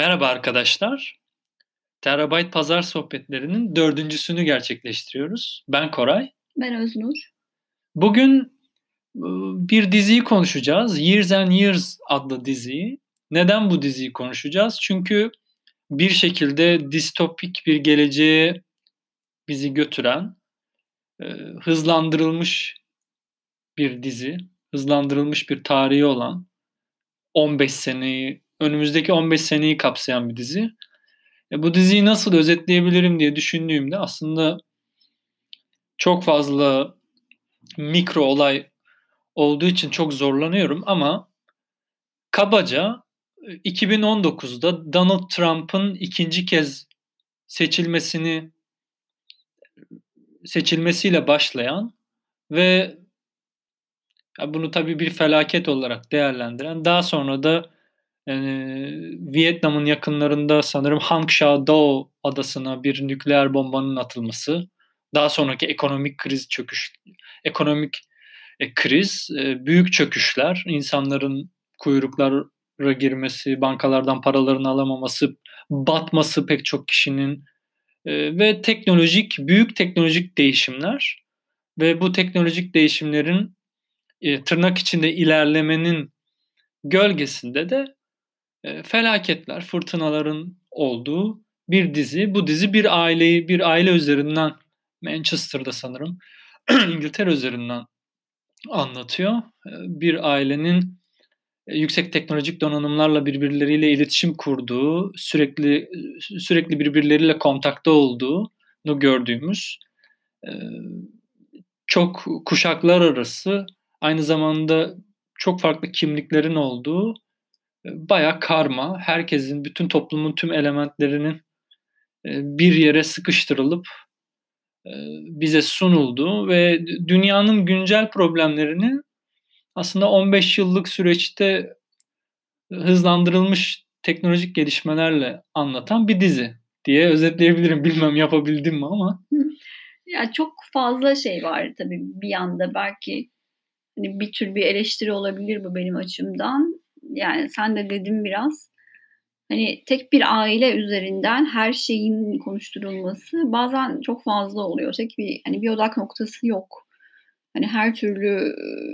Merhaba arkadaşlar. Terabyte Pazar Sohbetleri'nin dördüncüsünü gerçekleştiriyoruz. Ben Koray. Ben Öznur. Bugün bir diziyi konuşacağız. Years and Years adlı diziyi. Neden bu diziyi konuşacağız? Çünkü bir şekilde distopik bir geleceğe bizi götüren, hızlandırılmış bir dizi, hızlandırılmış bir tarihi olan 15 seneyi, önümüzdeki 15 seneyi kapsayan bir dizi. Bu diziyi nasıl özetleyebilirim diye düşündüğümde aslında çok fazla mikro olay olduğu için çok zorlanıyorum ama kabaca 2019'da Donald Trump'ın ikinci kez seçilmesiyle başlayan ve bunu tabii bir felaket olarak değerlendiren, daha sonra da Vietnam'ın yakınlarında sanırım Hang Shou adasına bir nükleer bombanın atılması, daha sonraki ekonomik kriz, büyük çöküşler, insanların kuyruklara girmesi, bankalardan paralarını alamaması, batması pek çok kişinin ve büyük teknolojik değişimler ve bu teknolojik değişimlerin tırnak içinde ilerlemenin gölgesinde de felaketler, fırtınaların olduğu bir dizi. Bu dizi bir aile üzerinden Manchester'da sanırım İngiltere üzerinden anlatıyor. Bir ailenin yüksek teknolojik donanımlarla birbirleriyle iletişim kurduğu, sürekli birbirleriyle kontakta olduğunu gördüğümüz, çok kuşaklar arası, aynı zamanda çok farklı kimliklerin olduğu, bayağı karma, herkesin, bütün toplumun tüm elementlerinin bir yere sıkıştırılıp bize sunulduğu ve dünyanın güncel problemlerini aslında 15 yıllık süreçte hızlandırılmış teknolojik gelişmelerle anlatan bir dizi diye özetleyebilirim. Bilmem yapabildim mi ama. Ya, çok fazla şey var tabii bir yanda. Belki, hani, bir tür bir eleştiri olabilir bu benim açımdan. Yani, sen de dedin biraz. Hani, tek bir aile üzerinden her şeyin konuşturulması bazen çok fazla oluyor. Bir odak noktası yok. Hani, her türlü,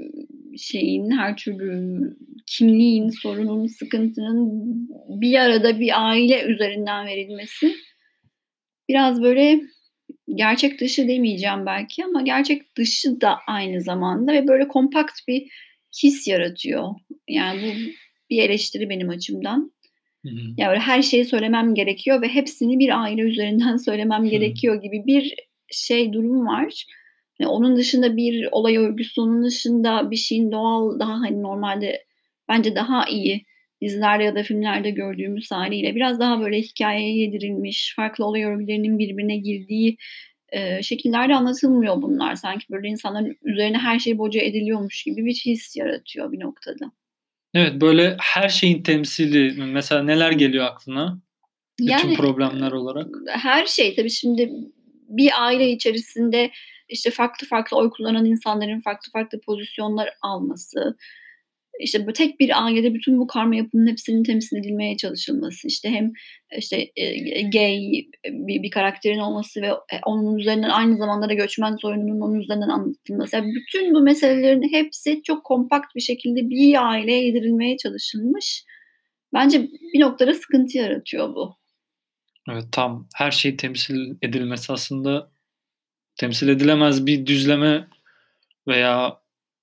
her türlü kimliğin, sorunun, sıkıntının bir arada bir aile üzerinden verilmesi biraz böyle gerçek dışı demeyeceğim belki ama gerçek dışı da aynı zamanda ve böyle kompakt bir his yaratıyor. Yani bu bir eleştiri benim açımdan. Hı hı. Ya, öyle her şeyi söylemem gerekiyor ve hepsini bir aile üzerinden söylemem Hı. gerekiyor gibi bir durum var. Onun dışında bir olay örgüsü, onun dışında bir şeyin doğal, daha, hani, normalde bence daha iyi dizilerde ya da filmlerde gördüğümüz hâliyle biraz daha böyle hikâyeye yedirilmiş, farklı olay örgülerinin birbirine girdiği, şekillerde anlatılmıyor bunlar. Sanki böyle insanların üzerine her şey boca ediliyormuş gibi bir his yaratıyor bir noktada. Evet, böyle her şeyin temsili. Mesela neler geliyor aklına? Bütün Yani, problemler olarak. her şey tabii şimdi bir aile içerisinde, işte, farklı farklı oy kullanan insanların farklı farklı pozisyonlar alması, işte, tek bir ailede bütün bu karma yapının hepsinin temsil edilmeye çalışılması, işte, hem, işte, gay bir karakterin olması ve, onun üzerinden aynı zamanda da göçmen sorununun onun üzerinden anlatılması. Yani, bütün bu meselelerin hepsi çok kompakt bir şekilde bir aileye yedirilmeye çalışılmış. Bence bir noktada sıkıntı yaratıyor bu. Evet, tam her şey temsil edilmesi aslında temsil edilemez bir düzleme veya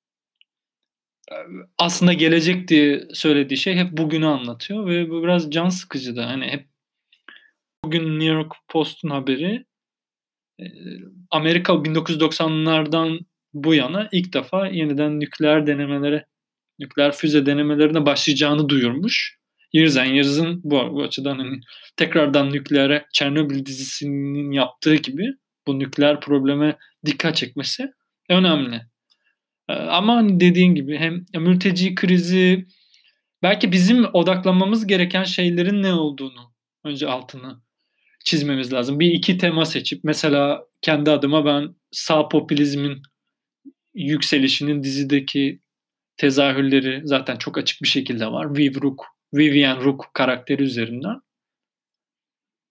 aslında gelecek diye söylediği şey hep bugünü anlatıyor ve bu biraz can sıkıcı da. Hani hep bugün New York Post'un haberi, eee, Amerika 1990'lardan bu yana ilk defa yeniden nükleer füze denemelerine başlayacağını duyurmuş. Years and Years'ın bu açıdan, hani, tekrardan nükleere Çernobil dizisinin yaptığı gibi bu nükleer probleme dikkat çekmesi önemli. Ama, hani, dediğin gibi hem mülteci krizi, belki bizim odaklanmamız gereken şeylerin ne olduğunu önce altını çizmemiz lazım. Bir iki tema seçip mesela kendi adıma ben sağ popülizmin yükselişinin dizideki tezahürleri zaten çok açık bir şekilde var. Vivian Rook karakteri üzerinden.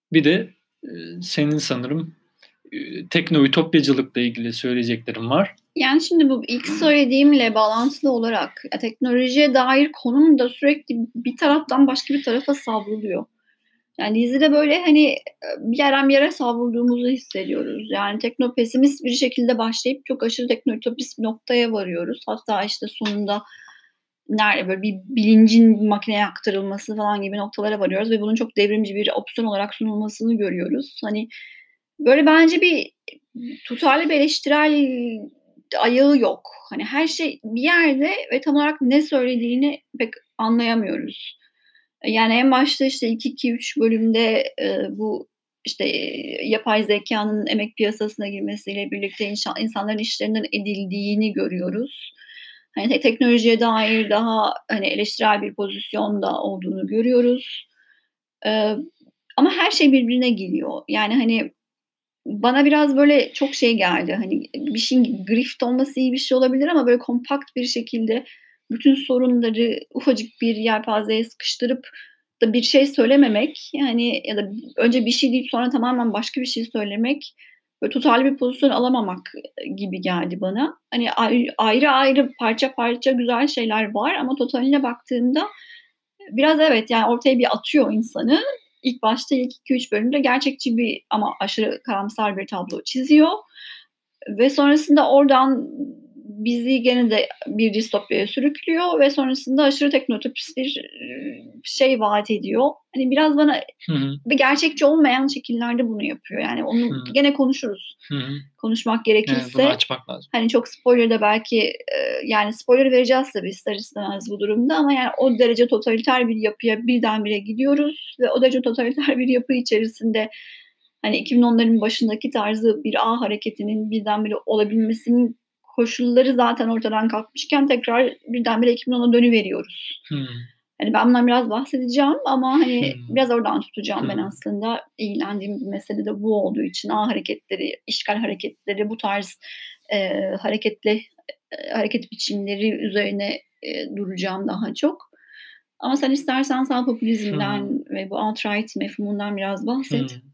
Bir de senin sanırım tekno-ütopyacılıkla ilgili söyleyeceklerim var. Yani şimdi bu ilk söylediğimle bağlantılı olarak teknolojiye dair konum da sürekli bir taraftan başka bir tarafa savruluyor. Yani dizide böyle hani bir yerden bir yere savrulduğumuzu hissediyoruz. Yani teknopesimist bir şekilde başlayıp çok aşırı teknoütopist bir noktaya varıyoruz. Hatta işte sonunda nerede böyle bir bilincin makineye aktarılması falan gibi noktalara varıyoruz ve bunun çok devrimci bir opsiyon olarak sunulmasını görüyoruz. Hani böyle bence bir tutarlı bir eleştirel ayağı yok. Hani her şey bir yerde ve tam olarak ne söylediğini pek anlayamıyoruz. Yani en başta işte ilk 2-3 bölümde, bu işte, yapay zekânın emek piyasasına girmesiyle birlikte insanların işlerinden edildiğini görüyoruz. Hani teknolojiye dair daha, hani, eleştirel bir pozisyonda olduğunu görüyoruz. Eee, ama her şey birbirine giriyor. Yani, hani, bana biraz böyle çok şey geldi, hani, bir şeyin grift olması iyi bir şey olabilir ama böyle kompakt bir şekilde bütün sorunları ufacık bir yelpazeye sıkıştırıp da bir şey söylememek, yani, ya da önce bir şey deyip sonra tamamen başka bir şey söylemek, böyle tutarlı bir pozisyon alamamak, gibi geldi bana. Hani, ayrı ayrı, parça parça güzel şeyler var ama totaline baktığımda biraz evet, yani, ortaya bir atıyor insanı. İlk başta ilk 2-3 bölümde gerçekçi bir ama aşırı karamsar bir tablo çiziyor ve sonrasında oradan bizi gene de bir distopyaya sürüklüyor ve sonrasında aşırı teknoütopist bir, şey vaat ediyor. Hani, biraz bana Hı hı. ve gerçekçi olmayan şekillerde bunu yapıyor. Yani onu Hı. gene konuşuruz. Hı hı. Konuşmak Evet, bunu gerekirse. açmak lazım. Hani, çok spoiler da belki, yani spoiler vereceğiz tabii ister istemez bu durumda ama yani o derece totaliter bir yapıya birdenbire gidiyoruz ve o derece totaliter bir yapı içerisinde, hani, 2010'ların başındaki tarzı bir ağ hareketinin birdenbire olabilmesinin koşulları zaten ortadan kalkmışken tekrar birdenbire 2010'a dönüveriyoruz. Hıı. Hani, ben bundan biraz bahsedeceğim ama, hani, Hıı. biraz oradan tutacağım ben Hıı. aslında. İlgilendiğim bir mesele de bu olduğu için ağ hareketleri, işgal hareketleri, bu tarz, hareketli, hareket biçimleri üzerine, duracağım daha çok. Ama sen istersen sağ Hıı. popülizmden ve bu alt-right mefhumundan biraz bahset. Hıı.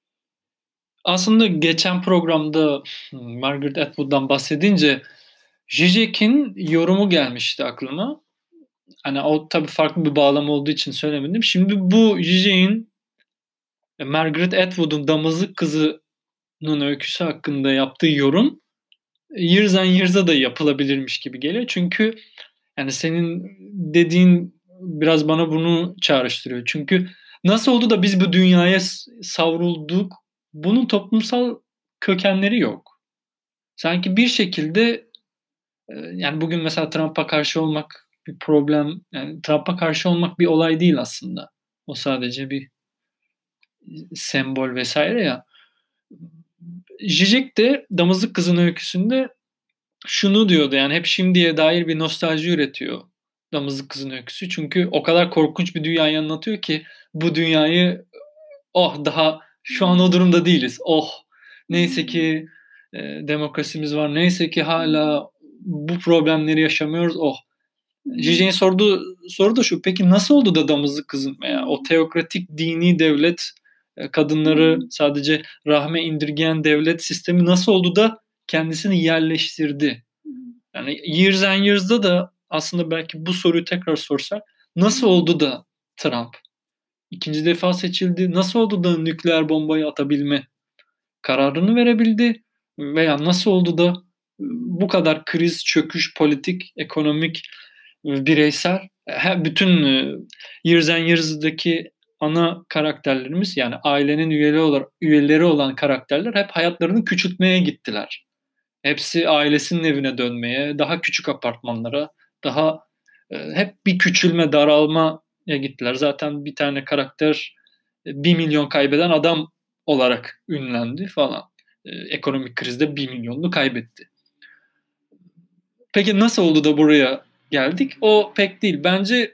Aslında geçen programda Margaret Atwood'dan bahsedince Zizek'in yorumu gelmişti aklıma. Hani o tabii farklı bir bağlam olduğu için söylemedim. Şimdi bu Zizek'in Margaret Atwood'un Damızlık Kızı'nın öyküsü hakkında yaptığı yorum Years and Years'a da yapılabilirmiş gibi geliyor. Çünkü yani senin dediğin biraz bana bunu çağrıştırıyor. Çünkü nasıl oldu da biz bu dünyaya savrulduk? Bunun toplumsal kökenleri yok. Sanki bir şekilde yani bugün mesela Trump'a karşı olmak bir problem, yani Trump'a karşı olmak bir olay değil aslında. O sadece bir sembol vesaire ya. Zizek de Damızlık Kızı'nın öyküsünde şunu diyordu, yani hep şimdiye dair bir nostalji üretiyor Damızlık Kızı'nın öyküsü. Çünkü o kadar korkunç bir dünyayı anlatıyor ki bu dünyayı daha şu an o durumda değiliz. Neyse ki demokrasimiz var. Neyse ki hala bu problemleri yaşamıyoruz. Zizek'in sorduğu soru da şu: peki nasıl oldu da Damızlık Kızın veya o teokratik dini devlet, kadınları sadece rahme indirgeyen devlet sistemi nasıl oldu da kendisini yerleştirdi? Yani Years and Years'da da aslında belki bu soruyu tekrar sorsak, nasıl oldu da Trump ikinci defa seçildi? Nasıl oldu da nükleer bombayı atabilme kararını verebildi? Veya nasıl oldu da bu kadar kriz, çöküş, politik, ekonomik, bireysel, bütün Years and Years'daki ana karakterlerimiz, yani ailenin üyeleri olan karakterler hep hayatlarını küçültmeye gittiler. Hepsi ailesinin evine dönmeye, daha küçük apartmanlara, daha hep bir küçülme, daralmaya gittiler. Zaten bir tane karakter 1 milyon kaybeden adam olarak ünlendi falan. Ekonomik krizde 1 milyonunu kaybetti. Peki nasıl oldu da buraya geldik? O pek değil. Bence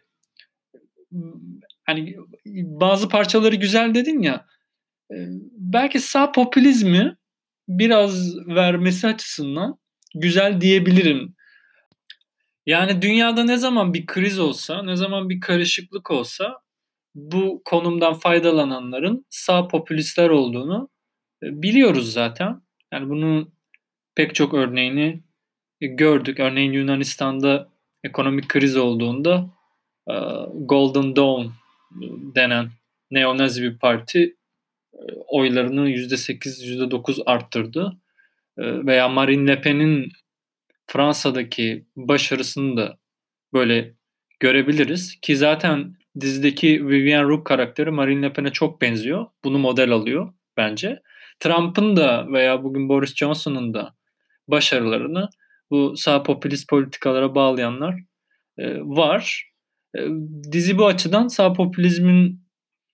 hani bazı parçaları güzel dedin ya, belki sağ popülizmi biraz vermesi açısından güzel diyebilirim. Yani dünyada ne zaman bir kriz olsa, ne zaman bir karışıklık olsa bu konumdan faydalananların sağ popülistler olduğunu biliyoruz zaten. Yani bunun pek çok örneğini gördük. Örneğin Yunanistan'da ekonomik kriz olduğunda Golden Dawn denen neonazi bir parti oylarını %8, %9 arttırdı. Veya Marine Le Pen'in Fransa'daki başarısını da böyle görebiliriz. Ki zaten dizideki Vivienne Rook karakteri Marine Le Pen'e çok benziyor. Bunu model alıyor bence. Trump'ın da veya bugün Boris Johnson'ın da başarılarını bu sağ popülist politikalara bağlayanlar var. Dizi bu açıdan sağ popülizmin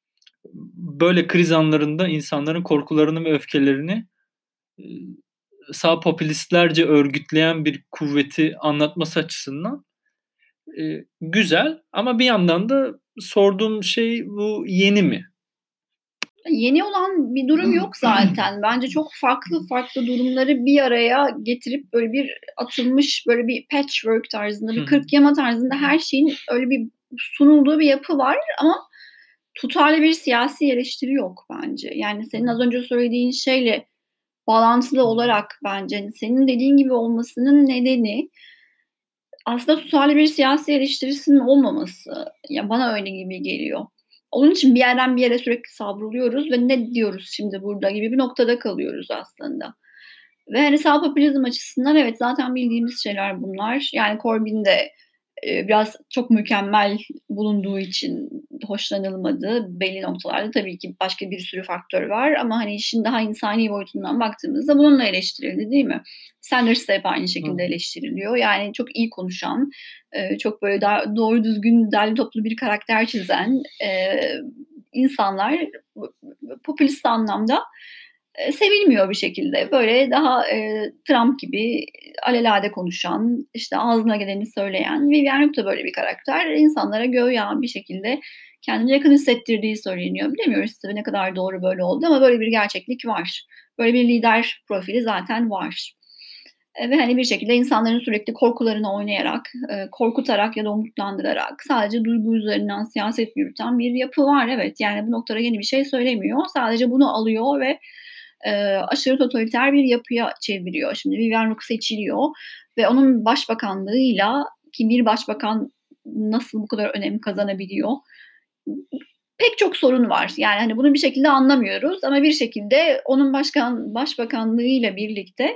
böyle kriz anlarında insanların korkularını ve öfkelerini e, sağ popülistlerce örgütleyen bir kuvveti anlatması açısından güzel. Ama bir yandan da sorduğum şey, bu yeni mi? Yeni olan bir durum yok zaten. Bence çok farklı durumları bir araya getirip böyle bir atılmış, böyle bir patchwork tarzında, bir kırk yama tarzında her şeyin öyle bir sunulduğu bir yapı var ama tutarlı bir siyasi eleştiri yok bence. Yani senin az önce söylediğin şeyle bağlantılı olarak bence hani senin dediğin gibi olmasının nedeni aslında tutarlı bir siyasi eleştirisinin olmaması. Ya bana öyle gibi geliyor. Onun için bir yerden bir yere sürekli savruluyoruz ve ne diyoruz şimdi burada gibi bir noktada kalıyoruz aslında. Ve hani sağ popülizm açısından evet zaten bildiğimiz şeyler bunlar. Yani Corbyn de biraz çok mükemmel bulunduğu için hoşlanılmadı. Belli noktalarda tabii ki başka bir sürü faktör var ama hani işin daha insani boyutundan baktığımızda bununla eleştirildi değil mi? Sanders de hep aynı şekilde eleştiriliyor. Yani çok iyi konuşan, çok böyle daha doğru düzgün derli toplu bir karakter çizen insanlar popülist anlamda sevilmiyor bir şekilde. Böyle daha Trump gibi alelade konuşan, işte ağzına geleni söyleyen, Vivienne Rook da böyle bir karakter. İnsanlara göğe bir şekilde kendini yakın hissettirdiği söyleniyor. Bilemiyoruz tabii ne kadar doğru böyle oldu ama böyle bir gerçeklik var. Böyle bir lider profili zaten var. Ve hani bir şekilde insanların sürekli korkularını oynayarak, korkutarak ya da umutlandırarak sadece duygu üzerinden siyaset yürüten bir yapı var. Evet, yani bu noktada yeni bir şey söylemiyor. Sadece bunu alıyor ve aşırı totaliter bir yapıya çeviriyor. Şimdi Vivienne Rook seçiliyor ve onun başbakanlığıyla, ki bir başbakan nasıl bu kadar önem kazanabiliyor? Pek çok sorun var. Yani hani bunu bir şekilde anlamıyoruz ama bir şekilde onun başbakanlığıyla birlikte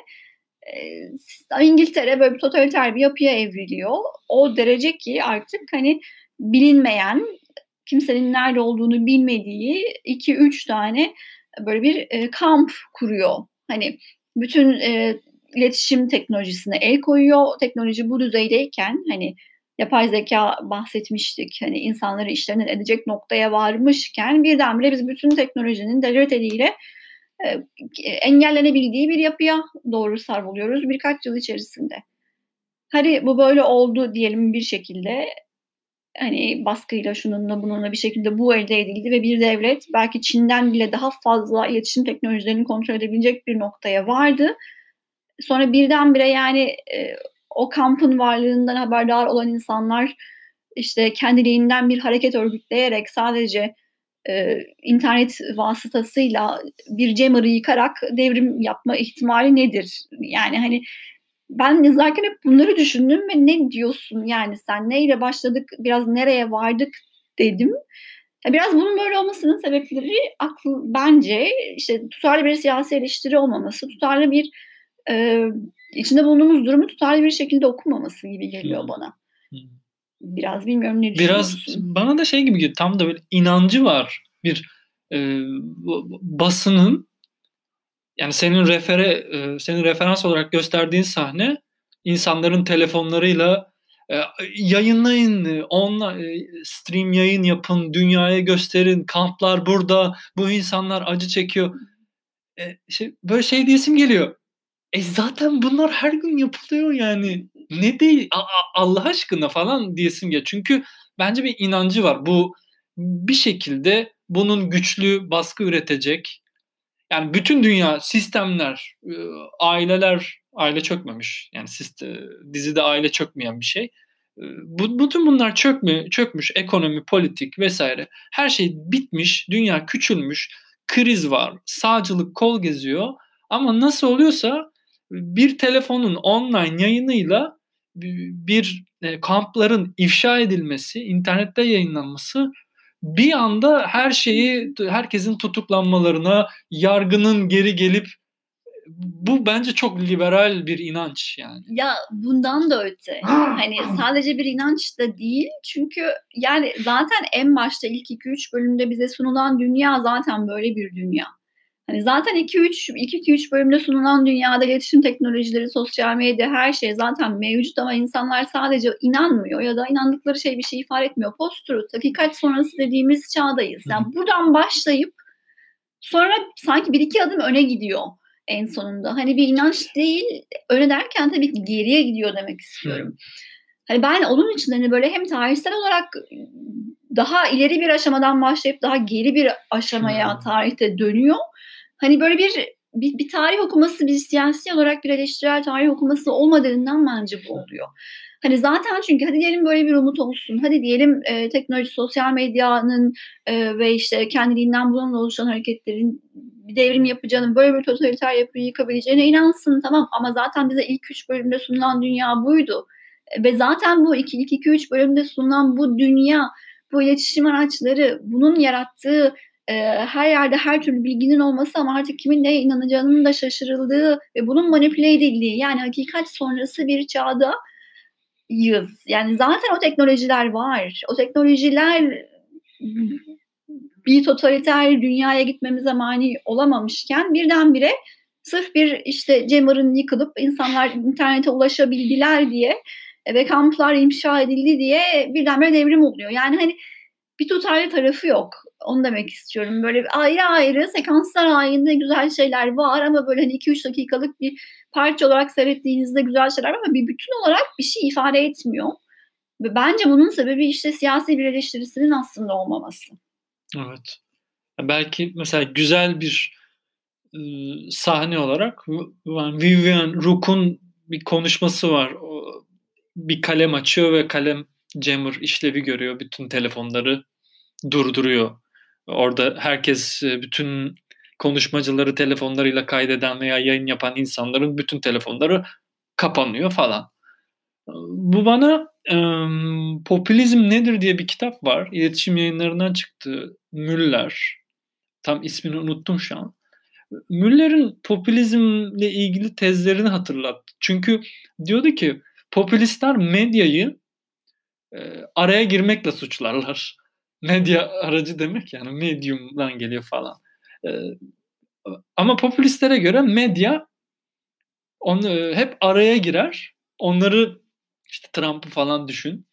İngiltere böyle bir totaliter bir yapıya evriliyor. O derece ki artık hani bilinmeyen, kimsenin nerede olduğunu bilmediği 2-3 tane böyle bir kamp kuruyor. Hani bütün iletişim teknolojisine el koyuyor. Teknoloji bu düzeydeyken hani yapay zeka bahsetmiştik. Hani insanları işlerinden edecek noktaya varmışken birdenbire biz bütün teknolojinin devlet eliyle engellenebildiği bir yapıya doğru savruluyoruz birkaç yıl içerisinde. Hadi bu böyle oldu diyelim bir şekilde. Hani baskıyla şununla bununla bir şekilde bu elde edildi ve bir devlet belki Çin'den bile daha fazla iletişim teknolojilerini kontrol edebilecek bir noktaya vardı. Sonra birdenbire yani o kampın varlığından haberdar olan insanlar işte kendiliğinden bir hareket örgütleyerek sadece internet vasıtasıyla bir jammer'ı yıkarak devrim yapma ihtimali nedir? Yani hani ben izlerken hep bunları düşündüm ve ne diyorsun yani sen neyle başladık biraz nereye vardık dedim. Biraz bunun böyle olmasının sebepleri bence işte tutarlı bir siyasi eleştiri olmaması, tutarlı bir içinde bulunduğumuz durumu tutarlı bir şekilde okumaması gibi geliyor bana. Biraz bilmiyorum ne düşünüyorsun? Biraz bana da şey gibi geliyor. Tam da böyle inancı var bir basının, yani senin referans olarak gösterdiğin sahne insanların telefonlarıyla yayınlayın, stream yayın yapın, dünyaya gösterin, kamplar burada, bu insanlar acı çekiyor. Böyle şey diyesim geliyor. Zaten bunlar her gün yapılıyor yani. Ne değil Allah aşkına falan diyesim geliyor. Çünkü bence bir inancı var. Bu bir şekilde bunun güçlü baskı üretecek. Yani bütün dünya sistemler, aileler, aile çökmemiş. Yani dizide aile çökmeyen bir şey. Bütün bunlar çökmüş, ekonomi, politik vesaire. Her şey bitmiş, dünya küçülmüş, kriz var, sağcılık kol geziyor. Ama nasıl oluyorsa bir telefonun online yayınıyla bir kampların ifşa edilmesi, internette yayınlanması bir anda her şeyi, herkesin tutuklanmalarına, yargının geri gelip, bu bence çok liberal bir inanç yani. Ya bundan da öte. Hani sadece bir inanç da değil. Çünkü yani zaten en başta ilk 2-3 bölümde bize sunulan dünya zaten böyle bir dünya. Hani zaten 2-3 bölümde sunulan dünyada iletişim teknolojileri, sosyal medya, her şey zaten mevcut ama insanlar sadece inanmıyor ya da inandıkları şey bir şey ifade etmiyor. Post-truth, hakikat sonrası dediğimiz çağdayız. Yani buradan başlayıp sonra sanki 1-2 adım öne gidiyor en sonunda. Hani bir inanç değil, öne derken tabii ki geriye gidiyor demek istiyorum. Hani ben onun için hani böyle hem tarihsel olarak daha ileri bir aşamadan başlayıp daha geri bir aşamaya tarihte dönüyor. Hani böyle bir tarih okuması, bir siyasi olarak bir eleştirel tarih okuması olmadığından bence bu oluyor. Hani zaten çünkü hadi diyelim böyle bir umut olsun. Hadi diyelim teknoloji, sosyal medyanın ve işte kendiliğinden bununla oluşan hareketlerin bir devrim yapacağını, böyle bir totaliter yapıyı yıkabileceğine inansın, tamam, ama zaten bize ilk 3 bölümde sunulan dünya buydu. Ve zaten bu ilk 2-3 bölümde sunulan bu dünya, bu iletişim araçları, bunun yarattığı her yerde her türlü bilginin olması ama artık kimin neye inanacağının da şaşırıldığı ve bunun manipüle edildiği, yani hakikat sonrası bir çağda yız. Yani zaten o teknolojiler var. O teknolojiler bir totaliter dünyaya gitmemize mani olamamışken birdenbire sırf bir işte Jammer'ın yıkılıp insanlar internete ulaşabildiler diye ve kamplar inşa edildi diye birdenbire devrim oluyor. Yani hani bir tutarlı tarafı yok. Onu demek istiyorum. Böyle ayrı ayrı sekanslar halinde güzel şeyler var ama böyle hani 2-3 dakikalık bir parça olarak seyrettiğinizde güzel şeyler var ama bir bütün olarak bir şey ifade etmiyor. Ve bence bunun sebebi işte siyasi bir eleştirisinin aslında olmaması. Evet. Belki mesela güzel bir sahne olarak Vivian Rook'un bir konuşması var. Bir kalem açıyor ve kalem jammer işlevi görüyor. Bütün telefonları durduruyor. Orada herkes, bütün konuşmacıları telefonlarıyla kaydeden veya yayın yapan insanların bütün telefonları kapanıyor falan. Bu bana Popülizm Nedir diye bir kitap var. İletişim Yayınları'ndan çıktı. Müller. Tam ismini unuttum şu an. Müller'in popülizmle ilgili tezlerini hatırlattı. Çünkü diyordu ki popülistler medyayı araya girmekle suçlarlar. Medya aracı demek, yani medium'dan geliyor falan. Ama popülistlere göre medya hep araya girer. Onları, işte Trump'ı falan düşün.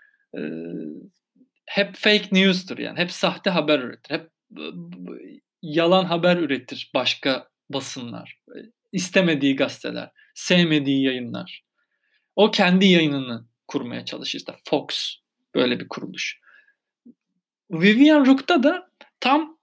Hep fake news'tur yani. Hep sahte haber üretir. Hep yalan haber üretir başka basınlar. İstemediği gazeteler, sevmediği yayınlar. O kendi yayınını kurmaya çalışır. İşte Fox böyle bir kuruluş. Vivian Rook'ta da tam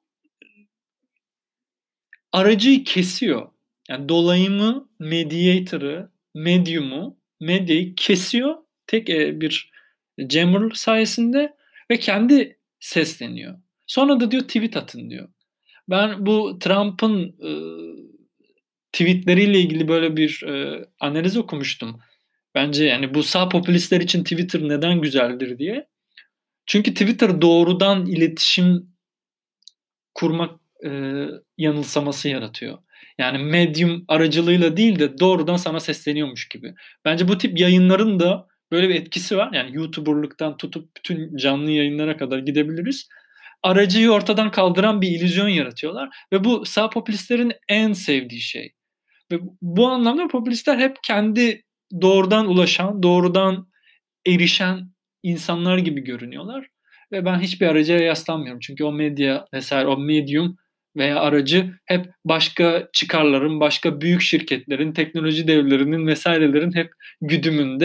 aracıyı kesiyor. Yani dolayımı, mediator'ı, medyumu, medyayı kesiyor tek bir jammer sayesinde ve kendi sesleniyor. Sonra da diyor tweet atın diyor. Ben bu Trump'ın tweetleriyle ilgili böyle bir analiz okumuştum. Bence yani bu sağ popülistler için Twitter neden güzeldir diye. Çünkü Twitter doğrudan iletişim kurmak yanılsaması yaratıyor. Yani medium aracılığıyla değil de doğrudan sana sesleniyormuş gibi. Bence bu tip yayınların da böyle bir etkisi var. Yani YouTuber'lıktan tutup bütün canlı yayınlara kadar gidebiliriz. Aracıyı ortadan kaldıran bir illüzyon yaratıyorlar ve bu sağ popülistlerin en sevdiği şey. Ve bu anlamda popülistler hep kendi doğrudan ulaşan, doğrudan erişen insanlar gibi görünüyorlar. Ve ben hiçbir aracıya yaslanmıyorum. Çünkü o medya vesaire, o medium veya aracı hep başka çıkarların, başka büyük şirketlerin, teknoloji devlerinin vesairelerin hep güdümünde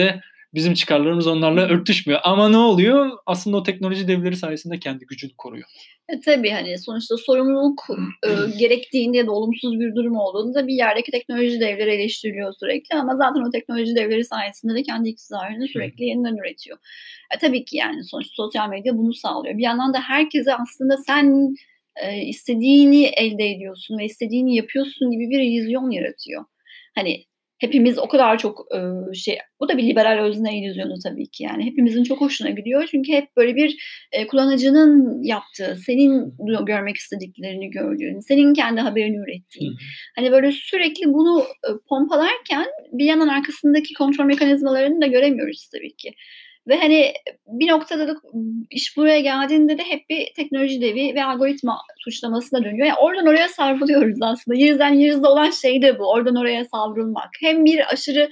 Bizim çıkarlarımız onlarla örtüşmüyor. Ama ne oluyor? Aslında o teknoloji devleri sayesinde kendi gücünü koruyor. Tabii hani sonuçta sorumluluk gerektiğinde ya da olumsuz bir durum olduğunda bir yerdeki teknoloji devleri eleştiriliyor sürekli ama zaten o teknoloji devleri sayesinde de kendi iktidarını sürekli yeniden üretiyor. Tabii ki yani sonuçta sosyal medya bunu sağlıyor. Bir yandan da herkese aslında sen istediğini elde ediyorsun ve istediğini yapıyorsun gibi bir illüzyon yaratıyor. Hani hepimiz o kadar çok bu da bir liberal özne illüzyonu tabii ki yani hepimizin çok hoşuna gidiyor çünkü hep böyle bir kullanıcının yaptığı, senin görmek istediklerini gördüğün, senin kendi haberini ürettiğin. Hani böyle sürekli bunu pompalarken bir yandan arkasındaki kontrol mekanizmalarını da göremiyoruz tabii ki. Ve hani bir noktada da iş buraya geldiğinde de hep bir teknoloji devi ve algoritma suçlamasına dönüyor. Yani oradan oraya savruluyoruz aslında. Yerizden yerize olan şey de bu. Oradan oraya savrulmak. Hem bir aşırı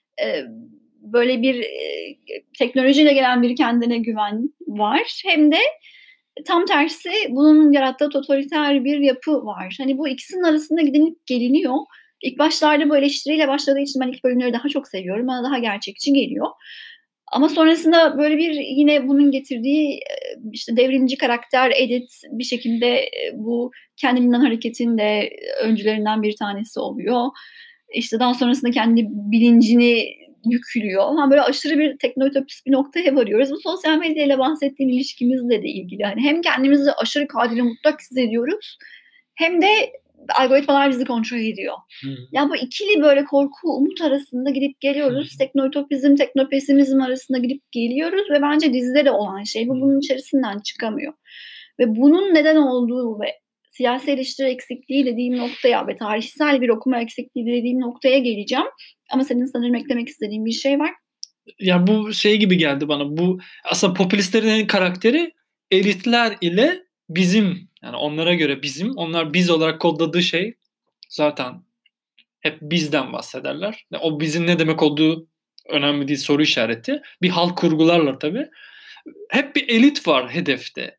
böyle bir teknolojiyle gelen bir kendine güven var. Hem de tam tersi bunun yarattığı totaliter bir yapı var. Hani bu ikisinin arasında gidilip geliniyor. İlk başlarda bu eleştiriyle başladığı için ben ilk bölümleri daha çok seviyorum. Bana daha gerçekçi geliyor. Ama sonrasında böyle bir yine bunun getirdiği işte devrimci karakter Edith bir şekilde bu kendiliğinden hareketin de öncülerinden bir tanesi oluyor. İşte daha sonrasında kendi bilincini yüklüyor. Ama böyle aşırı bir teknoütopist bir noktaya varıyoruz. Bu sosyal medyayla bahsettiğim ilişkimizle de ilgili. Hani hem kendimizi aşırı kadri mutlak hissediyoruz hem de algoritmalar bizi kontrol ediyor. Ya bu ikili böyle korku, umut arasında gidip geliyoruz. Teknoütopizm, teknopesimizm arasında gidip geliyoruz ve bence dizide de olan şey bu bunun içerisinden çıkamıyor. Ve bunun neden olduğu ve siyasi eleştiri eksikliği dediğim noktaya ve tarihsel bir okuma eksikliği dediğim noktaya geleceğim. Ama senin sanırım eklemek istediğin bir şey var. Ya bu şey gibi geldi bana. Bu aslında popülistlerin karakteri elitler ile bizim, yani onlara göre bizim, onlar biz olarak kodladığı şey zaten hep bizden bahsederler. O bizim ne demek olduğu önemli değil, soru işareti. Bir halk kurgularlar tabii. Hep bir elit var hedefte.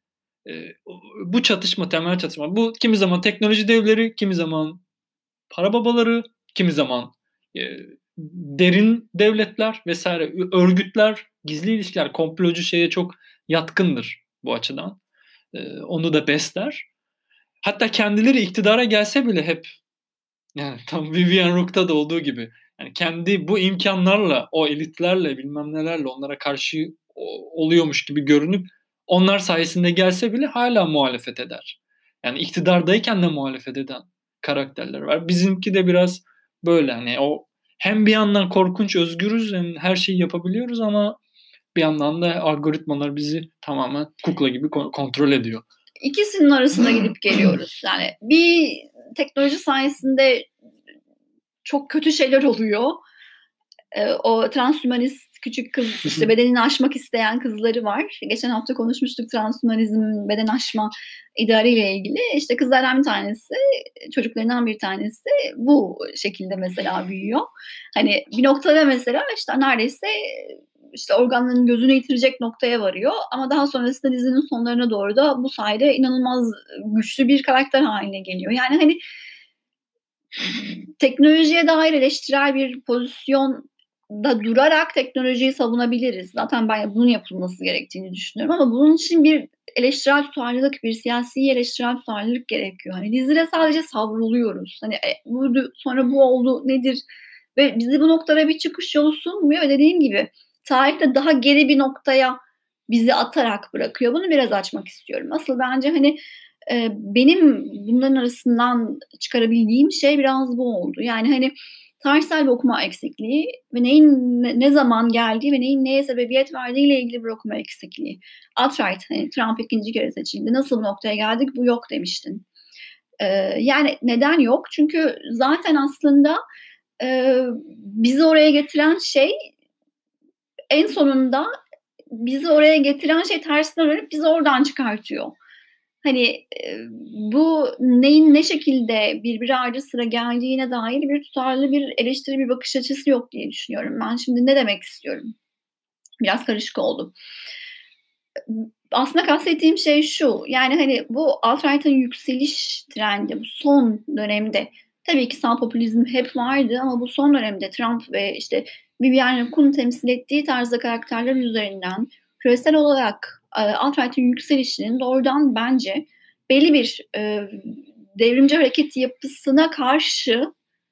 Bu çatışma, temel çatışma. Bu kimi zaman teknoloji devleri, kimi zaman para babaları, kimi zaman derin devletler vesaire, örgütler, gizli ilişkiler, komplocu şeye çok yatkındır bu açıdan. Onu da besler. Hatta kendileri iktidara gelse bile hep, yani tam Vivian Rook'ta da olduğu gibi, yani kendi bu imkanlarla, o elitlerle, bilmem nelerle onlara karşı oluyormuş gibi görünüp onlar sayesinde gelse bile hala muhalefet eder. Yani iktidardayken de muhalefet eden karakterler var. Bizimki de biraz böyle, hani o hem bir yandan korkunç özgürüz, yani her şeyi yapabiliyoruz ama bir yandan da algoritmalar bizi tamamen kukla gibi kontrol ediyor. İkisinin arasında gidip geliyoruz. Yani bir teknoloji sayesinde çok kötü şeyler oluyor. O transhümanist küçük kız, işte bedenini aşmak isteyen kızları var. Geçen hafta konuşmuştuk transhümanizm, beden aşma idealiyle ilgili. İşte kızlardan bir tanesi, çocuklarından bir tanesi bu şekilde mesela büyüyor. Hani bir noktada mesela işte neredeyse işte organların gözünü yitirecek noktaya varıyor. Ama daha sonrasında dizinin sonlarına doğru da bu sayede inanılmaz güçlü bir karakter haline geliyor. Yani hani teknolojiye dair eleştirel bir pozisyonda durarak teknolojiyi savunabiliriz. Zaten ben bunun yapılması gerektiğini düşünüyorum ama bunun için bir eleştirel tutarlılık, bir siyasi eleştirel tutarlılık gerekiyor. Hani dizide sadece savruluyoruz. Hani sonra bu oldu nedir? Ve bizi bu noktada bir çıkış yolu sunmuyor. Dediğim gibi tarihte daha geri bir noktaya bizi atarak bırakıyor. Bunu biraz açmak istiyorum. Asıl bence hani benim bunların arasından çıkarabildiğim şey biraz bu oldu. Yani hani tarihsel bir okuma eksikliği ve neyin ne zaman geldiği ve neyin neye sebebiyet verdiğiyle ilgili bir okuma eksikliği. Alt-right, hani Trump ikinci kere seçildi. Nasıl bir noktaya geldik? Bu yok demiştin. Yani neden yok? Çünkü zaten aslında bizi oraya getiren şey en sonunda bizi oraya getiren şey tersine dönüp bizi oradan çıkartıyor. Hani bu neyin ne şekilde birbiri ardı sıra geldiğine dair bir tutarlı bir eleştiri, bir bakış açısı yok diye düşünüyorum. Ben şimdi ne demek istiyorum? Biraz karışık oldu. Aslında kastettiğim şey şu. Yani hani bu alt-right'ın yükseliş trendi bu son dönemde Tabii ki sağ popülizm hep vardı ama bu son dönemde Trump ve işte Viviane Lecoup'un temsil ettiği tarzda karakterler üzerinden küresel olarak alt-right'in yükselişinin doğrudan bence belli bir devrimci hareket yapısına karşı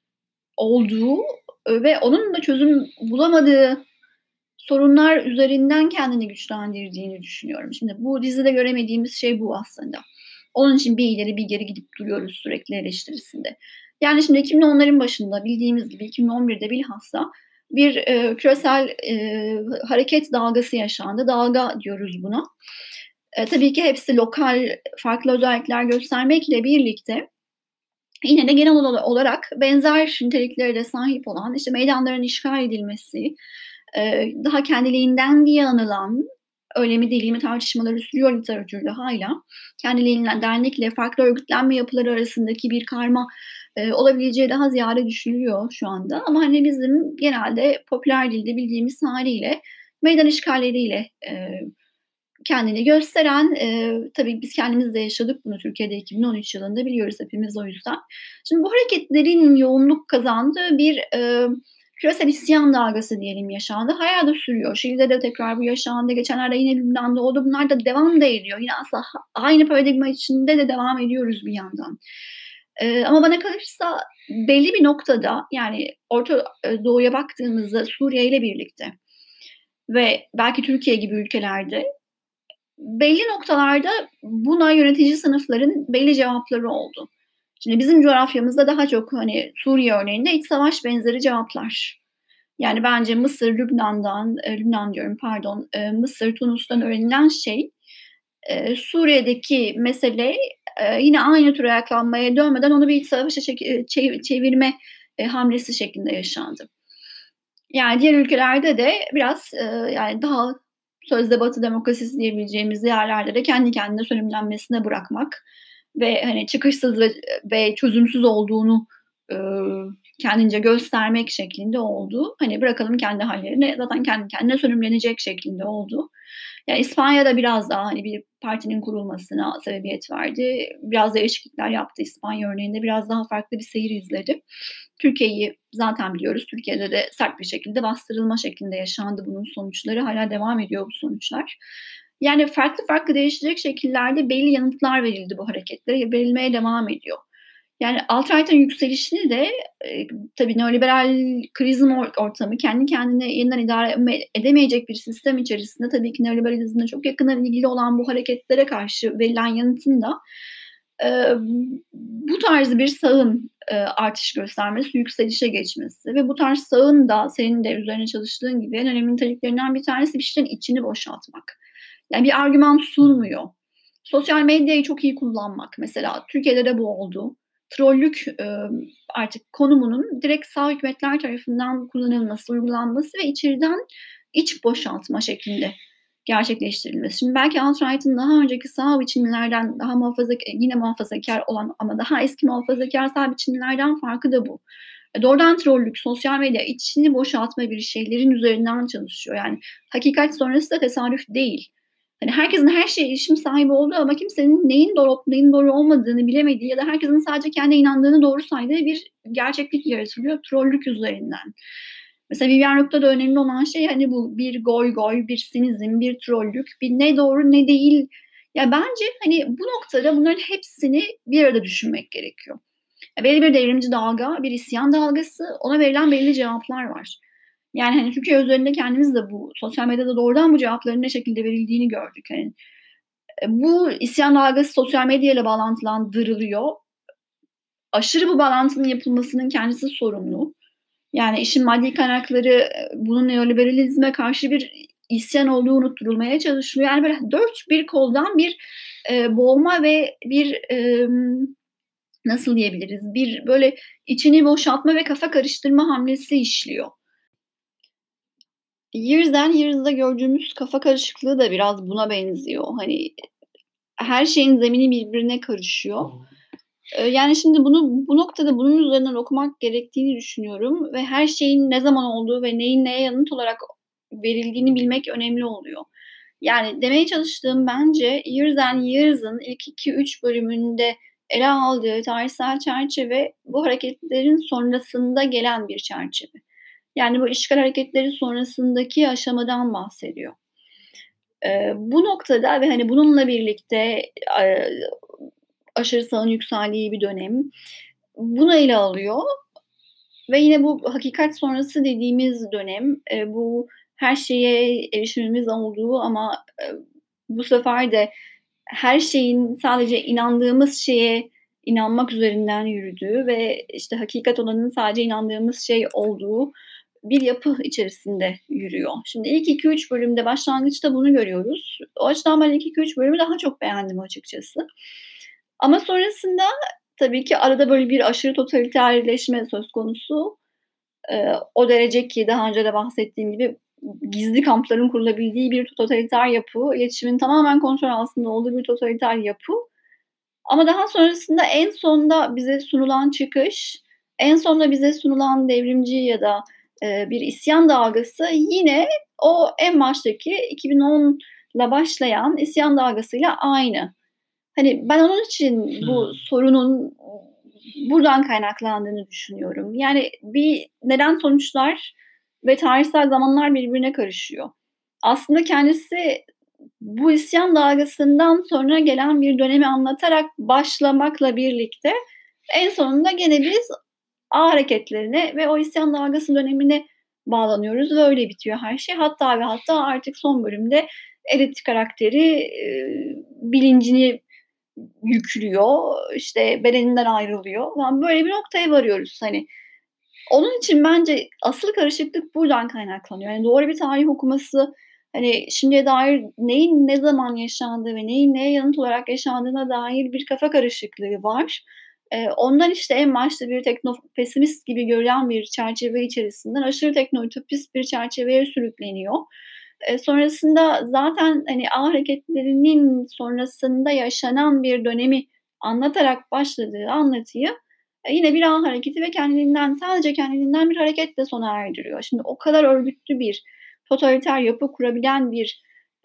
olduğu ve onun da çözüm bulamadığı sorunlar üzerinden kendini güçlendirdiğini düşünüyorum. Şimdi bu dizide göremediğimiz şey bu aslında. Onun için bir ileri bir geri gidip duruyoruz sürekli eleştirisinde. Yani şimdi 2010'ların başında bildiğimiz gibi 2011'de bilhassa bir küresel hareket dalgası yaşandı. Dalga diyoruz buna. Tabii ki hepsi lokal farklı özellikler göstermekle birlikte yine de genel olarak benzer niteliklere de sahip olan işte meydanların işgal edilmesi, daha kendiliğinden diye anılan, öyle mi değil mi tartışmaları sürüyor literatürde hala. Kendiliğinden dernekle farklı örgütlenme yapıları arasındaki bir karma olabileceği daha ziyade düşünülüyor şu anda. Ama hani bizim genelde popüler dilde bildiğimiz haliyle meydan işgalleriyle kendini gösteren, tabii biz kendimiz de yaşadık bunu Türkiye'de 2013 yılında biliyoruz hepimiz o yüzden. Şimdi bu hareketlerin yoğunluk kazandığı bir küresel isyan dalgası diyelim yaşandı. Hala da sürüyor. Şili'de de tekrar bu yaşandı. Geçenlerde yine Lübnan'da oldu. Bunlar da devam da ediyor. Yine aslında aynı paradigma içinde de devam ediyoruz bir yandan. Ama bana kalırsa belli bir noktada yani Orta Doğu'ya baktığımızda Suriye ile birlikte ve belki Türkiye gibi ülkelerde belli noktalarda buna yönetici sınıfların belli cevapları oldu. Şimdi bizim coğrafyamızda daha çok hani Suriye örneğinde iç savaş benzeri cevaplar. Yani bence Mısır, Lübnan diyorum pardon, Mısır, Tunus'tan öğrenilen şey Suriye'deki mesele yine aynı tür ayaklanmaya dönmeden onu bir iç savaşa çevirme hamlesi şeklinde yaşandı. Yani diğer ülkelerde de biraz yani daha sözde Batı demokrasisi diyebileceğimiz yerlerde de kendi kendine sönümlenmesine bırakmak ve hani çıkışsız ve çözümsüz olduğunu kendince göstermek şeklinde oldu. Hani bırakalım kendi hallerine zaten kendi kendine sönümlenecek şeklinde oldu. Yani İspanya'da biraz daha hani bir partinin kurulmasına sebebiyet verdi. Biraz değişiklikler yaptı İspanya örneğinde. Biraz daha farklı bir seyir izledi. Türkiye'yi zaten biliyoruz. Türkiye'de de sert bir şekilde bastırılma şeklinde yaşandı bunun sonuçları. Hala devam ediyor bu sonuçlar. Yani farklı farklı değişecek şekillerde belli yanıtlar verildi bu hareketlere. Verilmeye devam ediyor. Yani alt-right'ın yükselişini de tabii neoliberal krizm ortamı kendi kendine yeniden idare edemeyecek bir sistem içerisinde tabii ki neoliberalizmle çok yakından ilgili olan bu hareketlere karşı verilen yanıtın da bu tarz bir sağın artış göstermesi, yükselişe geçmesi ve bu tarz sağın da senin de üzerine çalıştığın gibi en önemli niteliklerinden bir tanesi bir şeyin içini boşaltmak. Yani bir argüman sunmuyor. Sosyal medyayı çok iyi kullanmak mesela. Türkiye'de de bu oldu. Trollük artık konumunun direkt sağ hükümetler tarafından kullanılması, uygulanması ve içeriden iç boşaltma şeklinde gerçekleştirilmesi. Şimdi belki alt-right'ın daha önceki sağ biçimlerden daha yine muhafazakar olan ama daha eski muhafazakar sağ biçimlerden farkı da bu. Doğrudan trollük, sosyal medya içini boşaltma bir şeylerin üzerinden çalışıyor. Yani hakikat sonrası da tesadüf değil. Hani herkesin her şeye erişim sahibi olduğu ama kimsenin neyin doğru olup neyin doğru olmadığını bilemediği ya da herkesin sadece kendi inandığını doğru saydığı bir gerçeklik yaratılıyor trollük üzerinden. Mesela Viviane Lecoup'ta da önemli olan şey hani bu bir goy goy, bir sinizm, bir trollük, bir ne doğru ne değil. Ya bence hani bu noktada bunların hepsini bir arada düşünmek gerekiyor. Belli bir devrimci dalga, bir isyan dalgası, ona verilen belli cevaplar var. Yani hani Türkiye üzerinde kendimiz de bu sosyal medyada doğrudan bu cevapların ne şekilde verildiğini gördük. Hani bu isyan dalgası sosyal medyayla bağlantılandırılıyor. Aşırı bu bağlantının yapılmasının kendisi sorumlu. Yani işin maddi kaynakları bunun neoliberalizme karşı bir isyan olduğu unutturulmaya çalışılıyor. Yani böyle dört bir koldan bir boğma ve bir nasıl diyebiliriz? Bir böyle içini boşaltma ve kafa karıştırma hamlesi işliyor. Years and Years'da gördüğümüz kafa karışıklığı da biraz buna benziyor. Hani her şeyin zemini birbirine karışıyor. Yani şimdi bu noktada bunun üzerinden okumak gerektiğini düşünüyorum ve her şeyin ne zaman olduğu ve neyin neye yanıt olarak verildiğini bilmek önemli oluyor. Yani demeye çalıştığım bence Years and Years'ın ilk 2-3 bölümünde ele aldığı tarihsel çerçeve bu hareketlerin sonrasında gelen bir çerçeve. Yani bu işgal hareketleri sonrasındaki aşamadan bahsediyor. Bu noktada ve hani bununla birlikte aşırı sağın yükseldiği bir dönem. Bunu ele alıyor ve yine bu hakikat sonrası dediğimiz dönem, bu her şeye erişimimiz olduğu ama, bu sefer de her şeyin sadece inandığımız şeye inanmak üzerinden yürüdüğü ve, işte, hakikat olanın sadece inandığımız şey olduğu bir yapı içerisinde yürüyor. Şimdi ilk 2-3 bölümde başlangıçta bunu görüyoruz. O açıdan ben ilk 2-3 bölümü daha çok beğendim açıkçası. Ama sonrasında tabii ki arada böyle bir aşırı totaliterleşme söz konusu. O derece ki daha önce de bahsettiğim gibi gizli kampların kurulabildiği bir totaliter yapı, iletişimin tamamen kontrol altında olduğu bir totaliter yapı. Ama daha sonrasında en sonda bize sunulan çıkış, en sonda bize sunulan devrimci ya da, bir isyan dalgası yine o en baştaki 2010'la başlayan isyan dalgasıyla aynı. Hani, ben onun için bu sorunun buradan kaynaklandığını düşünüyorum. Yani bir neden sonuçlar ve tarihsel zamanlar birbirine karışıyor. Aslında kendisi bu isyan dalgasından sonra gelen bir dönemi anlatarak başlamakla birlikte en sonunda gene biz A hareketlerine ve o isyan dalgası dönemine bağlanıyoruz ve öyle bitiyor her şey. Hatta ve hatta artık son bölümde Edith karakteri, bilincini yüklüyor, işte bedeninden ayrılıyor falan. Böyle bir noktaya varıyoruz hani. Onun için bence asıl karışıklık buradan kaynaklanıyor. Yani doğru bir tarih okuması, hani şimdiye dair neyin ne zaman yaşandığı ve neyin neye yanıt olarak yaşandığına dair bir kafa karışıklığı var. Ondan işte en başta bir pesimist gibi görülen bir çerçeve içerisinden aşırı teknoütopist bir çerçeveye sürükleniyor. Sonrasında zaten, hani, A hareketlerinin sonrasında yaşanan bir dönemi anlatarak başladığı anlatıyı, yine bir A hareketi ve kendiliğinden, sadece kendiliğinden bir hareketle sona erdiriyor. Şimdi o kadar örgütlü bir totaliter yapı kurabilen bir,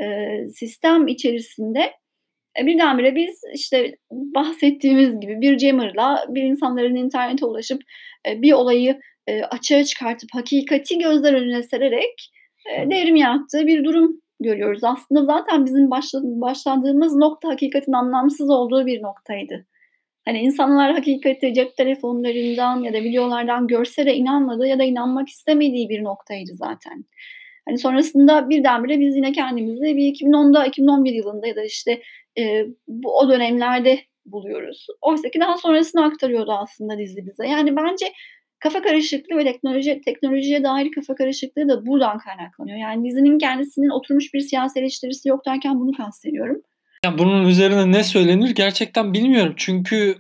sistem içerisinde, birdenbire biz, işte, bahsettiğimiz gibi bir jammer'la bir insanların internete ulaşıp, bir olayı, açığa çıkartıp hakikati gözler önüne sererek, devrim yarattığı bir durum görüyoruz. Aslında zaten bizim başladığımız nokta hakikatin anlamsız olduğu bir noktaydı. Hani, insanlar hakikati cep telefonlarından ya da videolardan görse de inanmadığı ya da inanmak istemediği bir noktaydı zaten. Hani, sonrasında birdenbire biz yine kendimizi bir 2010'da, 2011 yılında ya da, işte, o dönemlerde buluyoruz. Oysa ki daha sonrasını aktarıyordu aslında dizi bize. Yani bence kafa karışıklığı ve teknolojiye dair kafa karışıklığı da buradan kaynaklanıyor. Yani dizinin kendisinin oturmuş bir siyasi eleştirisi yok derken bunu kastediyorum. Ya bunun üzerine ne söylenir gerçekten bilmiyorum. Çünkü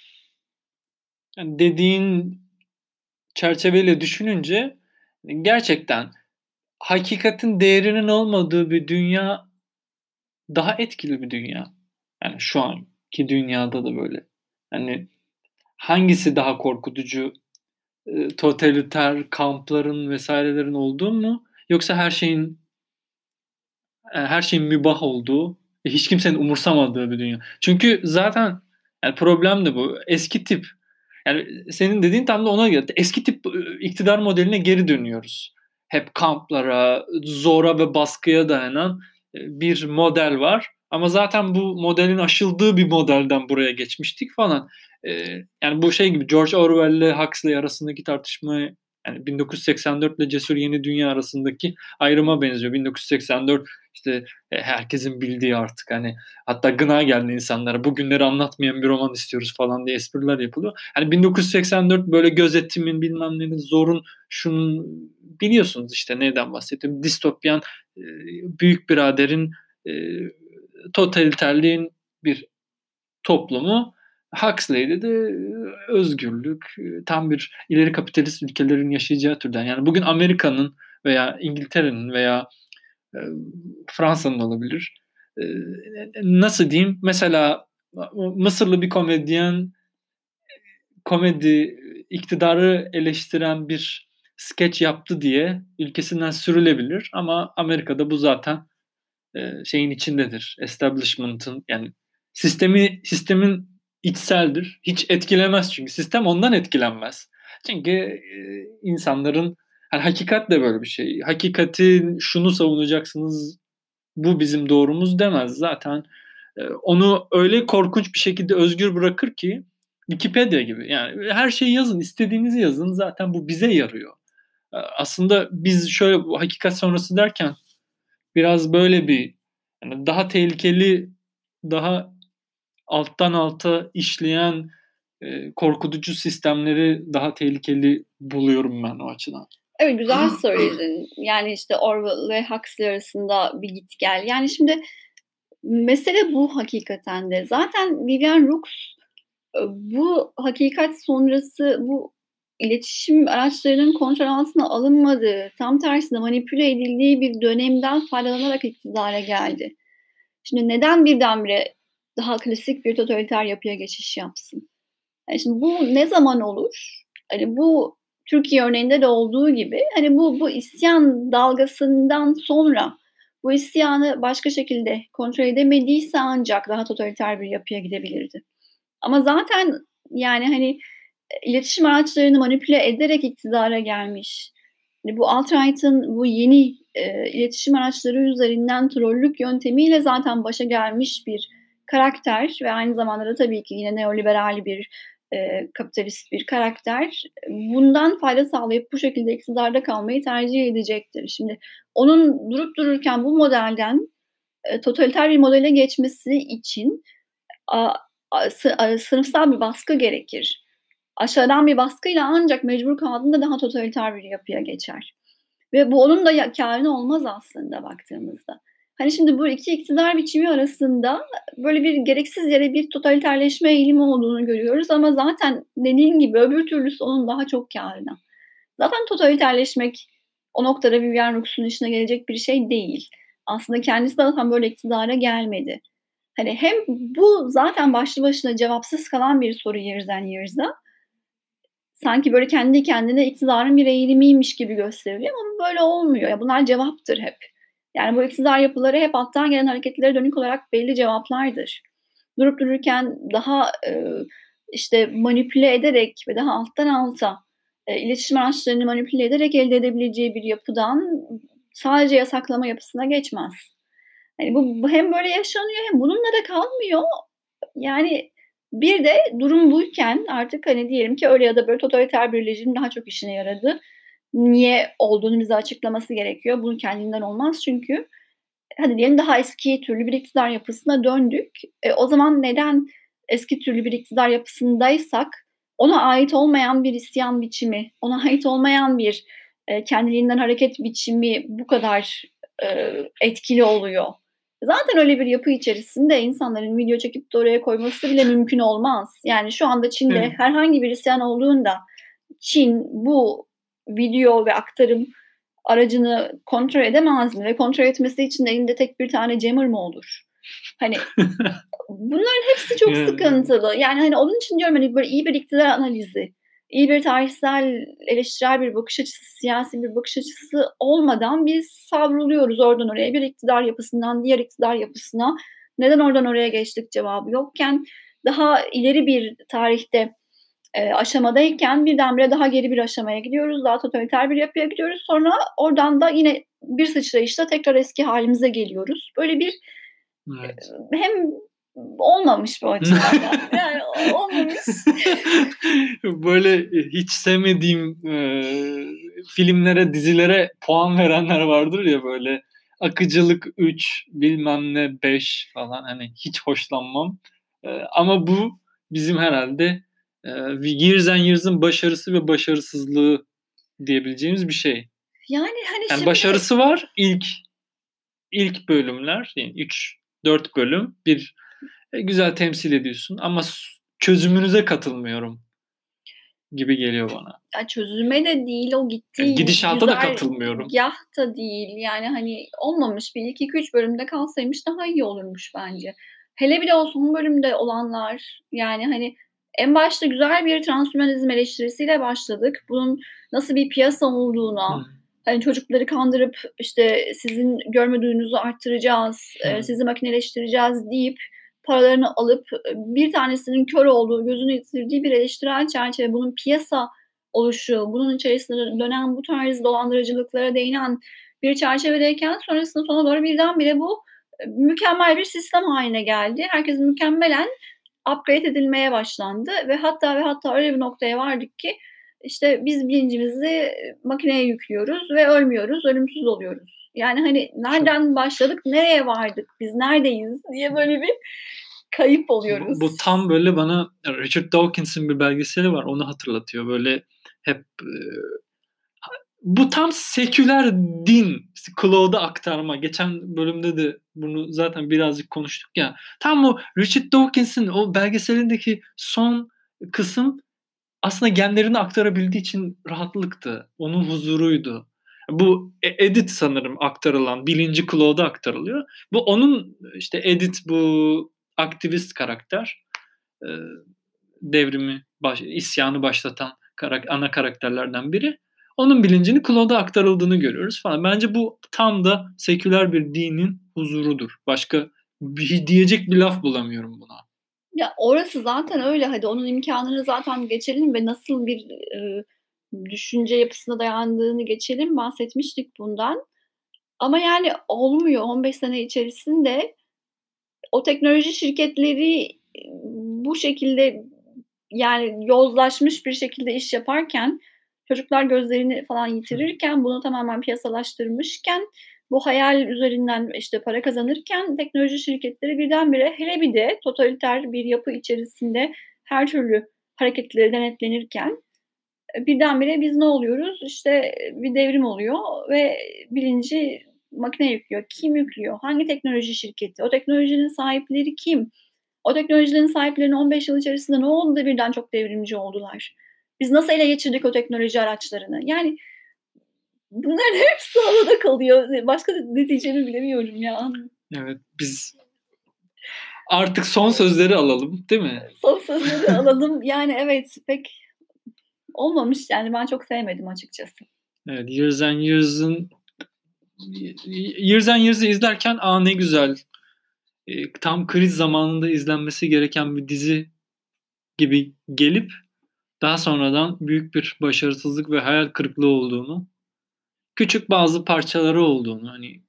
yani dediğin çerçeveyle düşününce gerçekten hakikatin değerinin olmadığı bir dünya daha etkili bir dünya. Yani şu anki dünyada da böyle. Hani hangisi daha korkutucu? Totaliter kampların vesairelerin olduğu mu? Yoksa her şeyin mübah olduğu, hiç kimsenin umursamadığı bir dünya. Çünkü zaten yani problem de bu. Eski tip. Yani senin dediğin tam da ona göre. Eski tip iktidar modeline geri dönüyoruz. Hep kamplara, zora ve baskıya dayanan bir model var. Ama zaten bu modelin aşıldığı bir modelden buraya geçmiştik falan. Yani bu şey gibi George Orwell ile Huxley arasındaki tartışma, yani 1984 ile Cesur Yeni Dünya arasındaki ayrıma benziyor. 1984 işte herkesin bildiği artık, hani hatta gına geldi insanlara, bugünleri anlatmayan bir roman istiyoruz falan diye espriler yapılıyor. Hani 1984 böyle gözetimin bilmem nenin zorun şunun, biliyorsunuz işte neyden bahsettiğim, distopyan büyük biraderin totaliterliğin bir toplumu. Huxley'de de özgürlük, tam bir ileri kapitalist ülkelerin yaşayacağı türden. Yani bugün Amerika'nın veya İngiltere'nin veya Fransa'nın olabilir. Nasıl diyeyim? Mesela Mısırlı bir komedyen komedi iktidarı eleştiren bir skeç yaptı diye ülkesinden sürülebilir ama Amerika'da bu zaten şeyin içindedir. Establishment'ın, yani sistemin içseldir. Hiç etkilemez çünkü. Sistem ondan etkilenmez. Çünkü insanların hakikat de böyle bir şey. Hakikatin şunu savunacaksınız, bu bizim doğrumuz demez. Zaten onu öyle korkunç bir şekilde özgür bırakır ki Wikipedia gibi. Yani her şeyi yazın, istediğinizi yazın. Zaten bu bize yarıyor. Aslında biz şöyle hakikat sonrası derken biraz böyle bir yani daha tehlikeli, daha alttan alta işleyen korkutucu sistemleri daha tehlikeli buluyorum ben o açıdan. Evet, güzel söyledin. Yani işte Orwell ve Huxley arasında bir git gel. Yani şimdi mesele bu hakikaten de. Zaten Vivian Rooks bu hakikat sonrası bu iletişim araçlarının kontrol altına alınmadığı, tam tersine manipüle edildiği bir dönemden faydalanarak iktidara geldi. Şimdi neden birdenbire daha klasik bir totaliter yapıya geçiş yapsın? Yani şimdi bu ne zaman olur? Hani bu Türkiye örneğinde de olduğu gibi hani bu isyan dalgasından sonra bu isyanı başka şekilde kontrol edemediyse ancak daha totaliter bir yapıya gidebilirdi. Ama zaten yani hani iletişim araçlarını manipüle ederek iktidara gelmiş. Hani bu alt-right'ın bu yeni iletişim araçları üzerinden trollük yöntemiyle zaten başa gelmiş bir karakter ve aynı zamanda da tabii ki yine neoliberal bir kapitalist bir karakter. Bundan fayda sağlayıp bu şekilde iktidarda kalmayı tercih edecektir. Şimdi onun durup dururken bu modelden totaliter bir modele geçmesi için sınıfsal bir baskı gerekir. Aşağıdan bir baskıyla ancak mecbur kaldığında daha totaliter bir yapıya geçer. Ve bu onun da kârına olmaz aslında baktığımızda. Hani şimdi bu iki iktidar biçimi arasında böyle bir gereksiz yere bir totaliterleşme eğilimi olduğunu görüyoruz ama zaten dediğin gibi öbür türlüsü onun daha çok kârına. Zaten totaliterleşmek o noktada Vivian Rooks'un işine gelecek bir şey değil. Aslında kendisi de zaten böyle iktidara gelmedi. Hani hem bu zaten başlı başına cevapsız kalan bir soru years and years'da. Sanki böyle kendi kendine iktidarın bir eğilimiymiş gibi gösteriliyor ama böyle olmuyor. Ya bunlar cevaptır hep. Yani bu iktidar yapıları hep alttan gelen hareketlere dönük olarak belli cevaplardır. Durup dururken daha işte manipüle ederek ve daha alttan alta iletişim araçlarını manipüle ederek elde edebileceği bir yapıdan sadece yasaklama yapısına geçmez. Hani bu hem böyle yaşanıyor hem bununla da kalmıyor. Yani bir de durum buyken artık, hani, diyelim ki öyle ya da böyle totaliter bir rejim daha çok işine yaradı. Niye olduğunu bize açıklaması gerekiyor. Bu kendinden olmaz çünkü hadi diyelim daha eski türlü bir iktidar yapısına döndük. O zaman neden eski türlü bir iktidar yapısındaysak ona ait olmayan bir isyan biçimi, ona ait olmayan bir, kendiliğinden hareket biçimi bu kadar, etkili oluyor? Zaten öyle bir yapı içerisinde insanların video çekip de oraya koyması bile mümkün olmaz. Yani şu anda Çin'de Evet. herhangi bir isyan olduğunda Çin bu video ve aktarım aracını kontrol edemez mi ve kontrol etmesi için de elinde tek bir tane jammer mı olur? Hani bunların hepsi çok sıkıntılı. Yani, hani, onun için diyorum, hani, böyle iyi bir iktidar analizi, iyi bir tarihsel, eleştirel bir bakış açısı, siyasi bir bakış açısı olmadan biz savruluyoruz oradan oraya. Bir iktidar yapısından diğer iktidar yapısına. Neden oradan oraya geçtik cevabı yokken daha ileri bir tarihte, aşamadayken birdenbire daha geri bir aşamaya gidiyoruz. Daha totaliter bir yapıya gidiyoruz. Sonra oradan da yine bir sıçrayışla tekrar eski hâlimize geliyoruz. Böyle bir Evet. hem olmamış bu açılardan. Yani olmamış. Böyle hiç sevmediğim filmlere, dizilere puan verenler vardır ya böyle akıcılık 3, bilmem ne 5 falan hani hiç hoşlanmam. Ama bu bizim herhalde Years and Years'ın başarısı ve başarısızlığı diyebileceğimiz bir şey. Yani, hani, Yani şimdi başarısı var ilk bölümler yani 3-4 bölüm bir güzel temsil ediyorsun ama çözümünüze katılmıyorum gibi geliyor bana. ya, çözüme de değil, o Yani gittiği gidişata da katılmıyorum. güzergâh da değil. Yani, hani, olmamış. Bir ilk 2-3 bölümde kalsaymış daha iyi olurmuş bence. Hele bir de o son bölümde olanlar, yani, hani, en başta güzel bir transhümanizm eleştirisiyle başladık. Bunun nasıl bir piyasa olduğuna, Hı, hani, çocukları kandırıp, işte, sizin görme duyunuzu arttıracağız, hı. sizi makineleştireceğiz deyip paralarını alıp bir tanesinin kör olduğu, gözünü yitirdiği bir eleştirel çerçeve, bunun piyasa oluşu, bunun içerisinde dönen bu tarz dolandırıcılıklara değinen bir çerçevedeyken sonrasında sona doğru birdenbire bu mükemmel bir sistem haline geldi. Herkes mükemmelen upgrade edilmeye başlandı ve hatta öyle bir noktaya vardık ki işte biz bilincimizi makineye yüklüyoruz ve ölmüyoruz, ölümsüz oluyoruz. Yani hani nereden başladık, nereye vardık, biz neredeyiz diye böyle bir kayıp oluyoruz. Bu tam böyle bana Richard Dawkins'in bir belgeseli var, onu hatırlatıyor. Böyle hep bu tam seküler din, cloud'a aktarma. Geçen bölümde de bunu zaten birazcık konuştuk ya. Tam o Richard Dawkins'in o belgeselindeki son kısım aslında genlerini aktarabildiği için rahatlıktı. Onun huzuruydu. Bu Edith sanırım aktarılan, bilinci cloud'a aktarılıyor. Bu onun işte Edith, bu aktivist karakter, devrimi, isyanı başlatan ana karakterlerden biri. Onun bilincini cloud'a aktarıldığını görüyoruz falan. Bence bu tam da seküler bir dinin huzurudur. Başka diyecek bir laf bulamıyorum buna. Ya orası zaten öyle. Hadi onun imkanını zaten geçelim ve nasıl bir düşünce yapısına dayandığını geçelim. Bahsetmiştik bundan. Ama yani olmuyor. 15 sene içerisinde o teknoloji şirketleri bu şekilde yani yozlaşmış bir şekilde iş yaparken, çocuklar gözlerini falan yitirirken, bunu tamamen piyasalaştırmışken, bu hayal üzerinden işte para kazanırken teknoloji şirketleri birdenbire, hele bir de totaliter bir yapı içerisinde her türlü hareketleri denetlenirken birdenbire biz ne oluyoruz? İşte bir devrim oluyor ve bilinci makine yüklüyor. Kim yüklüyor? Hangi teknoloji şirketi? O teknolojinin sahipleri kim? O teknolojilerin sahiplerinin 15 yıl içerisinde ne oldu da birden çok devrimci oldular? Biz nasıl ele geçirdik o teknoloji araçlarını? Yani bunların hepsi havada kalıyor. Başka ne diyeceğimi bilemiyorum ya. Evet, biz artık son sözleri alalım, değil mi? Son sözleri alalım. Yani evet, pek olmamış. Yani ben çok sevmedim açıkçası. Evet, Years and Years'ı izlerken ne güzel, tam kriz zamanında izlenmesi gereken bir dizi gibi gelip daha sonradan büyük bir başarısızlık ve hayal kırıklığı olduğunu, küçük bazı parçaları olduğunu, hani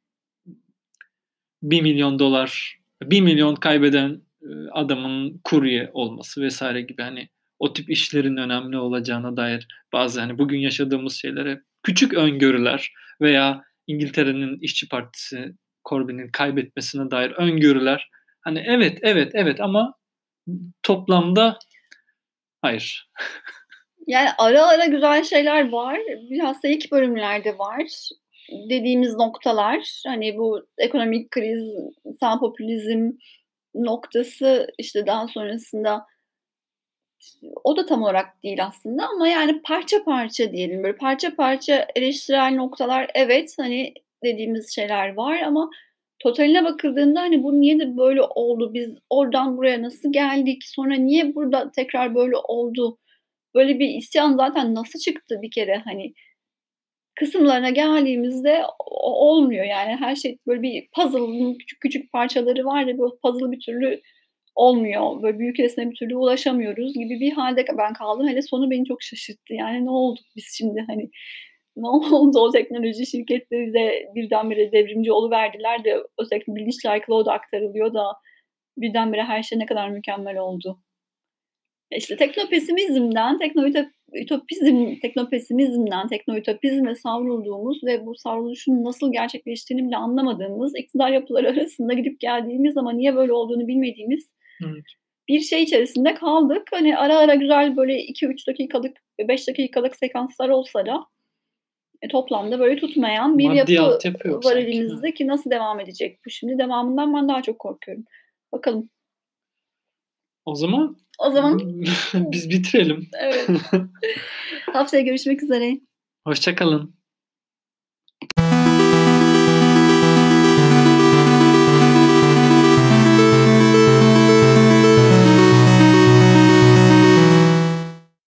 1 milyon dolar, 1 milyon kaybeden adamın kurye olması vesaire gibi, hani o tip işlerin önemli olacağına dair bazı, hani bugün yaşadığımız şeylere küçük öngörüler veya İngiltere'nin İşçi Partisi Corbyn'in kaybetmesine dair öngörüler, hani evet ama toplamda hayır. Yani ara ara güzel şeyler var. Bilhassa ilk bölümlerde var. Dediğimiz noktalar, hani bu ekonomik kriz, sağ popülizm noktası, işte daha sonrasında o da tam olarak değil aslında ama yani parça parça diyelim. Böyle parça parça eleştirel noktalar, evet, hani dediğimiz şeyler var ama totaline bakıldığında hani bu niye de böyle oldu? Biz oradan buraya nasıl geldik? Sonra niye burada tekrar böyle oldu? Böyle bir isyan zaten nasıl çıktı bir kere, hani kısımlarına geldiğimizde olmuyor yani her şey böyle bir puzzle'ın küçük küçük parçaları var ya, bu puzzle bir türlü olmuyor. Böyle büyük resme bir türlü ulaşamıyoruz gibi bir hâlde ben kaldım. Hele sonu beni çok şaşırttı. Yani ne olduk biz şimdi, hani ne oldu, o teknoloji şirketleri de birdenbire devrimci oluverdiler de özellikle bilinçler cloud'a aktarılıyor da birdenbire her şey ne kadar mükemmel oldu. İşte teknopesimizmden, teknopesimizmden teknoütopizme savrulduğumuz ve bu savruluşun nasıl gerçekleştiğini bile anlamadığımız, iktidar yapıları arasında gidip geldiğimiz ama niye böyle olduğunu bilmediğimiz Evet. bir şey içerisinde kaldık. Hani ara ara güzel böyle 2-3 dakikalık, 5 dakikalık sekanslar olsa da toplamda böyle tutmayan bir Maddi yapı altyapı yok var sanki. elimizde ki nasıl devam edecek bu şimdi? Devamından ben daha çok korkuyorum. Bakalım. O zaman biz bitirelim. Evet. Haftaya görüşmek üzere. Hoşça kalın.